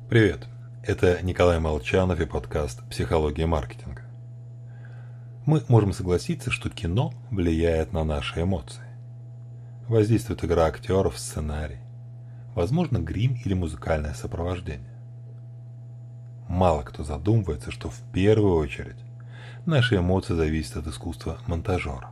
Привет, это Николай Молчанов и подкаст «Психология маркетинга». Мы можем согласиться, что кино влияет на наши эмоции. Воздействует игра актеров, сценарий, возможно, грим или музыкальное сопровождение. Мало кто задумывается, что в первую очередь наши эмоции зависят от искусства монтажера.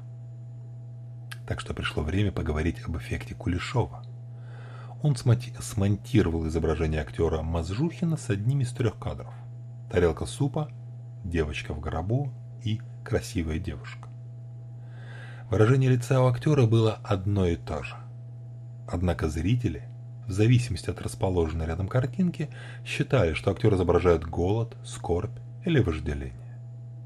Так что пришло время поговорить об эффекте Кулешова. Он смонтировал изображение актера Мазжухина с одним из 3 кадров: тарелка супа, девочка в гробу и красивая девушка. Выражение лица у актера было одно и то же. Однако зрители, в зависимости от расположенной рядом картинки, считали, что актер изображает голод, скорбь или вожделение.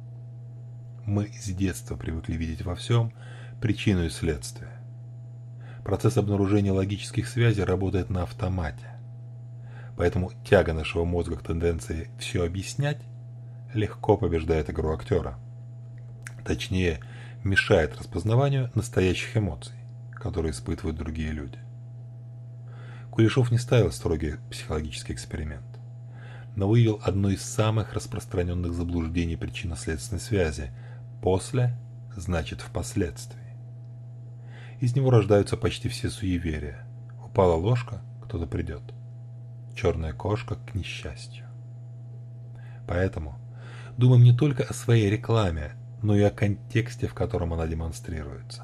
Мы с детства привыкли видеть во всем причину и следствие. Процесс обнаружения логических связей работает на автомате. Поэтому тяга нашего мозга к тенденции все объяснять легко побеждает игру актера. Точнее, мешает распознаванию настоящих эмоций, которые испытывают другие люди. Кулешов не ставил строгий психологический эксперимент, но выявил одно из самых распространенных заблуждений причинно-следственной связи: «после» значит «впоследствии». Из него рождаются почти все суеверия. Упала ложка, кто-то придет. Черная кошка к несчастью. Поэтому думаем не только о своей рекламе, но и о контексте, в котором она демонстрируется.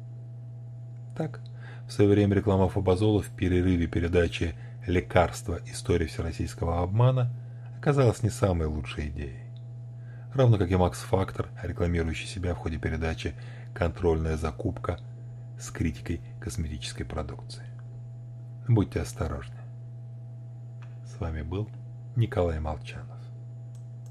Так, в свое время реклама фабазола в перерыве передачи «Лекарство. История всероссийского обмана» оказалась не самой лучшей идеей. Равно как и Макс Фактор, рекламирующий себя в ходе передачи «Контрольная закупка» с критикой косметической продукции. Будьте осторожны. С вами был Николай Молчанов.